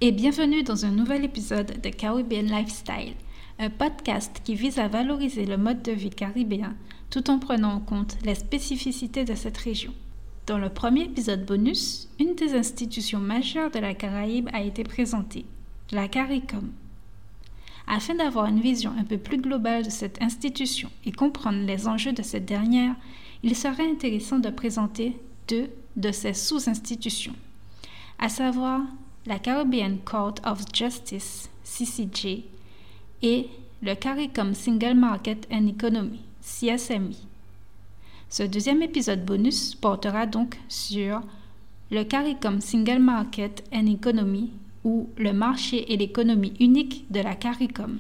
et bienvenue dans un nouvel épisode de Caribbean Lifestyle, un podcast qui vise à valoriser le mode de vie caribéen tout en prenant en compte les spécificités de cette région. Dans le premier épisode bonus, une des institutions majeures de la Caraïbe a été présentée, la CARICOM. Afin d'avoir une vision un peu plus globale de cette institution et comprendre les enjeux de cette dernière, il serait intéressant de présenter deux de ses sous-institutions, à savoir la Caribbean Court of Justice, CCJ, et le CARICOM Single Market and Economy, CSME. Ce deuxième épisode bonus portera donc sur le CARICOM Single Market and Economy ou le marché et l'économie unique de la CARICOM.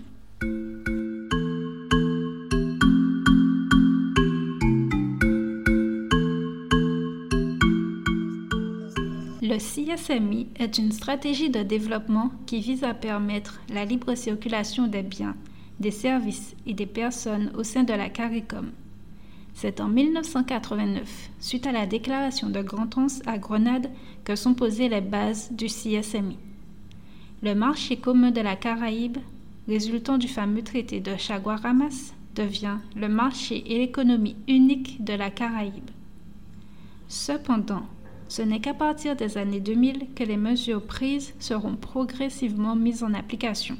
Le CSME est une stratégie de développement qui vise à permettre la libre circulation des biens, des services et des personnes au sein de la CARICOM. C'est en 1989, suite à la déclaration de Grand-Anse à Grenade, que sont posées les bases du CSME. Le marché commun de la Caraïbe, résultant du fameux traité de Chaguaramas, devient le marché et l'économie unique de la Caraïbe. Cependant, ce n'est qu'à partir des années 2000 que les mesures prises seront progressivement mises en application.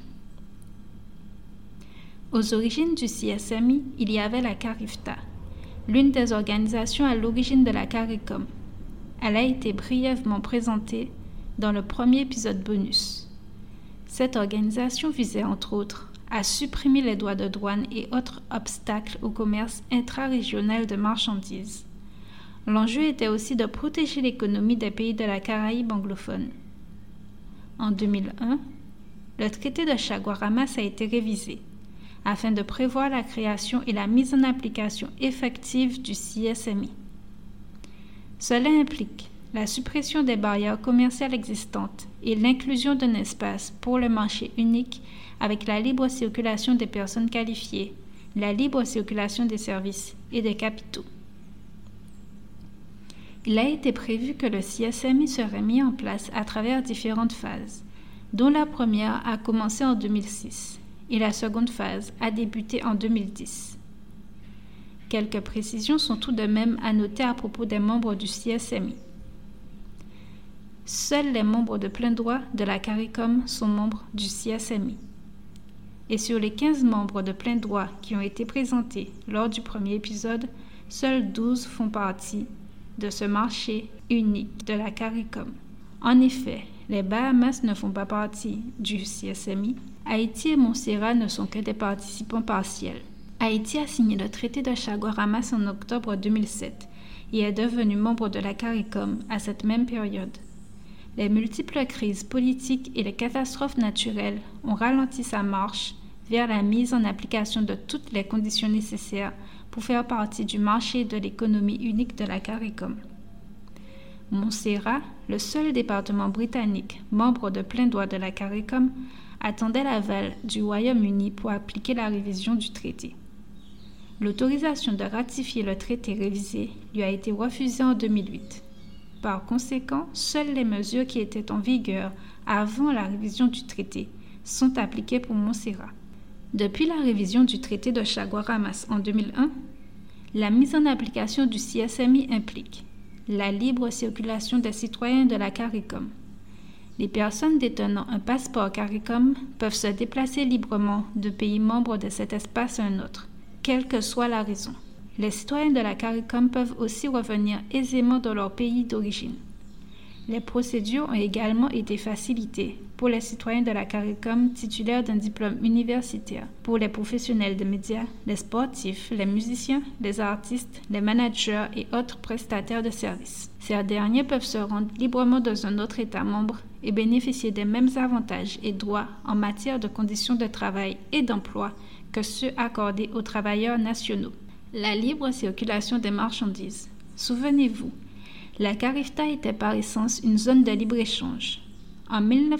Aux origines du CSME, il y avait la CARIFTA, l'une des organisations à l'origine de la CARICOM. Elle a été brièvement présentée dans le premier épisode bonus. Cette organisation visait entre autres à supprimer les droits de douane et autres obstacles au commerce intra-régional de marchandises. L'enjeu était aussi de protéger l'économie des pays de la Caraïbe anglophone. En 2001, le traité de Chaguaramas a été révisé afin de prévoir la création et la mise en application effective du CSME. Cela implique la suppression des barrières commerciales existantes et l'inclusion d'un espace pour le marché unique avec la libre circulation des personnes qualifiées, la libre circulation des services et des capitaux. Il a été prévu que le CSME serait mis en place à travers différentes phases, dont la première a commencé en 2006 et la seconde phase a débuté en 2010. Quelques précisions sont tout de même à noter à propos des membres du CSME. Seuls les membres de plein droit de la CARICOM sont membres du CSME. Et sur les 15 membres de plein droit qui ont été présentés lors du premier épisode, seuls 12 font partie de ce marché unique de la CARICOM. En effet, les Bahamas ne font pas partie du CSME. Haïti et Montserrat ne sont que des participants partiels. Haïti a signé le traité de Chaguaramas en octobre 2007 et est devenu membre de la CARICOM à cette même période. Les multiples crises politiques et les catastrophes naturelles ont ralenti sa marche vers la mise en application de toutes les conditions nécessaires pour faire partie du marché de l'économie unique de la CARICOM. Montserrat, le seul département britannique membre de plein droit de la CARICOM, attendait l'aval du Royaume-Uni pour appliquer la révision du traité. L'autorisation de ratifier le traité révisé lui a été refusée en 2008. Par conséquent, seules les mesures qui étaient en vigueur avant la révision du traité sont appliquées pour Montserrat. Depuis la révision du traité de Chaguaramas en 2001, la mise en application du CSME implique la libre circulation des citoyens de la CARICOM. Les personnes détenant un passeport CARICOM peuvent se déplacer librement de pays membres de cet espace à un autre, quelle que soit la raison. Les citoyens de la CARICOM peuvent aussi revenir aisément dans leur pays d'origine. Les procédures ont également été facilitées pour les citoyens de la CARICOM titulaires d'un diplôme universitaire, pour les professionnels des médias, les sportifs, les musiciens, les artistes, les managers et autres prestataires de services. Ces derniers peuvent se rendre librement dans un autre État membre et bénéficier des mêmes avantages et droits en matière de conditions de travail et d'emploi que ceux accordés aux travailleurs nationaux. La libre circulation des marchandises. Souvenez-vous, la CARIFTA était par essence une zone de libre-échange. En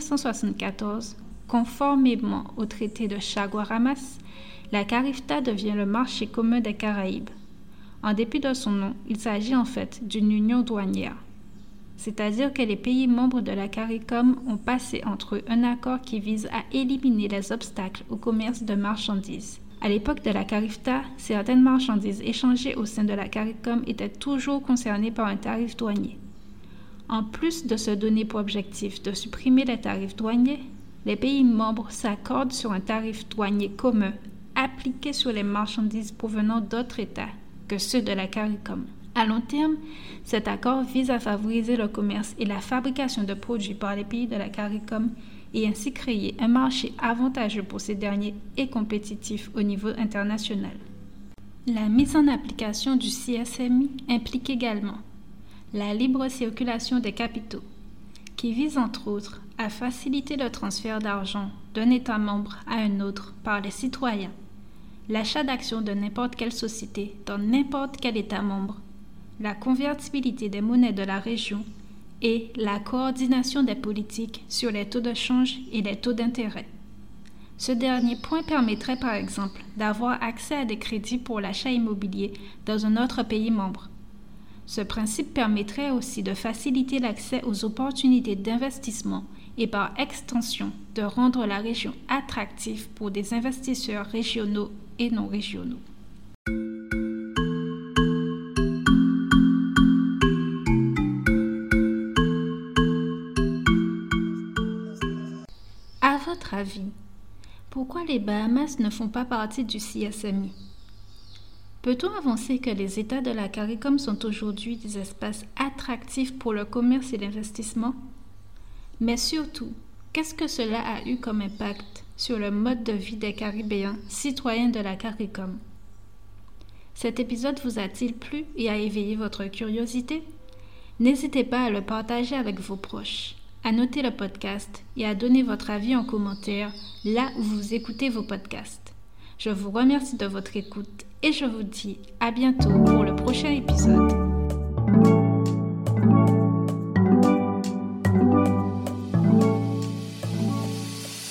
1974, conformément au traité de Chaguaramas, la CARIFTA devient le marché commun des Caraïbes. En dépit de son nom, il s'agit en fait d'une union douanière. c'est-à-dire que les pays membres de la CARICOM ont passé entre eux un accord qui vise à éliminer les obstacles au commerce de marchandises. À l'époque de la CARIFTA, certaines marchandises échangées au sein de la CARICOM étaient toujours concernées par un tarif douanier. En plus de se donner pour objectif de supprimer les tarifs douaniers, les pays membres s'accordent sur un tarif douanier commun appliqué sur les marchandises provenant d'autres États que ceux de la CARICOM. À long terme, cet accord vise à favoriser le commerce et la fabrication de produits par les pays de la CARICOM et ainsi créer un marché avantageux pour ces derniers et compétitif au niveau international. La mise en application du CSMI implique également la libre circulation des capitaux, qui vise entre autres à faciliter le transfert d'argent d'un État membre à un autre par les citoyens, l'achat d'actions de n'importe quelle société dans n'importe quel État membre, la convertibilité des monnaies de la région et la coordination des politiques sur les taux de change et les taux d'intérêt. Ce dernier point permettrait par exemple d'avoir accès à des crédits pour l'achat immobilier dans un autre pays membre. Ce principe permettrait aussi de faciliter l'accès aux opportunités d'investissement et par extension de rendre la région attractive pour des investisseurs régionaux et non régionaux. À votre avis, pourquoi les Bahamas ne font pas partie du CSMI? Peut-on avancer que les États de la CARICOM sont aujourd'hui des espaces attractifs pour le commerce et l'investissement? Mais surtout, qu'est-ce que cela a eu comme impact sur le mode de vie des Caribéens, citoyens de la CARICOM? Cet épisode vous a-t-il plu et a éveillé votre curiosité? N'hésitez pas à le partager avec vos proches, à noter le podcast et à donner votre avis en commentaire là où vous écoutez vos podcasts. Je vous remercie de votre écoute et je vous dis à bientôt pour le prochain épisode.